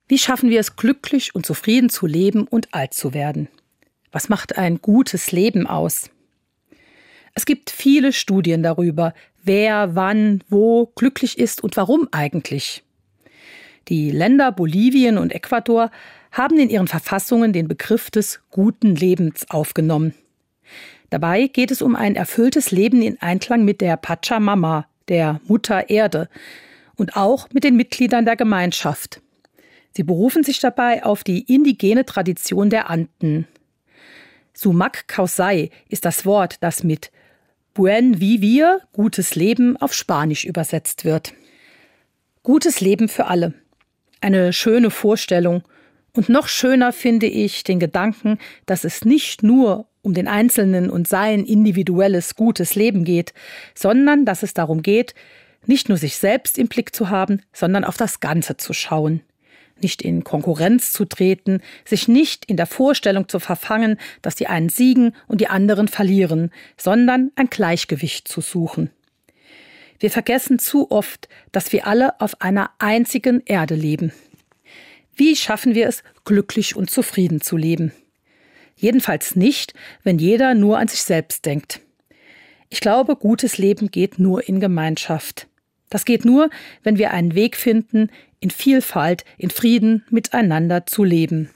Wie schaffen wir es, glücklich und zufrieden zu leben und alt zu werden? Was macht ein gutes Leben aus? Es gibt viele Studien darüber, wer, wann, wo glücklich ist und warum eigentlich. Die Länder Bolivien und Ecuador haben in ihren Verfassungen den Begriff des guten Lebens aufgenommen. Dabei geht es um ein erfülltes Leben in Einklang mit der Pachamama, der Mutter Erde, und auch mit den Mitgliedern der Gemeinschaft. Sie berufen sich dabei auf die indigene Tradition der Anden. Sumak Kausai ist das Wort, das mit Buen Vivir, gutes Leben, auf Spanisch übersetzt wird. Gutes Leben für alle. Eine schöne Vorstellung. Und noch schöner finde ich den Gedanken, dass es nicht nur um den Einzelnen und sein individuelles gutes Leben geht, sondern dass es darum geht, nicht nur sich selbst im Blick zu haben, sondern auf das Ganze zu schauen. Nicht in Konkurrenz zu treten, sich nicht in der Vorstellung zu verfangen, dass die einen siegen und die anderen verlieren, sondern ein Gleichgewicht zu suchen. Wir vergessen zu oft, dass wir alle auf einer einzigen Erde leben. Wie schaffen wir es, glücklich und zufrieden zu leben? Jedenfalls nicht, wenn jeder nur an sich selbst denkt. Ich glaube, gutes Leben geht nur in Gemeinschaft. Das geht nur, wenn wir einen Weg finden, in Vielfalt, in Frieden miteinander zu leben.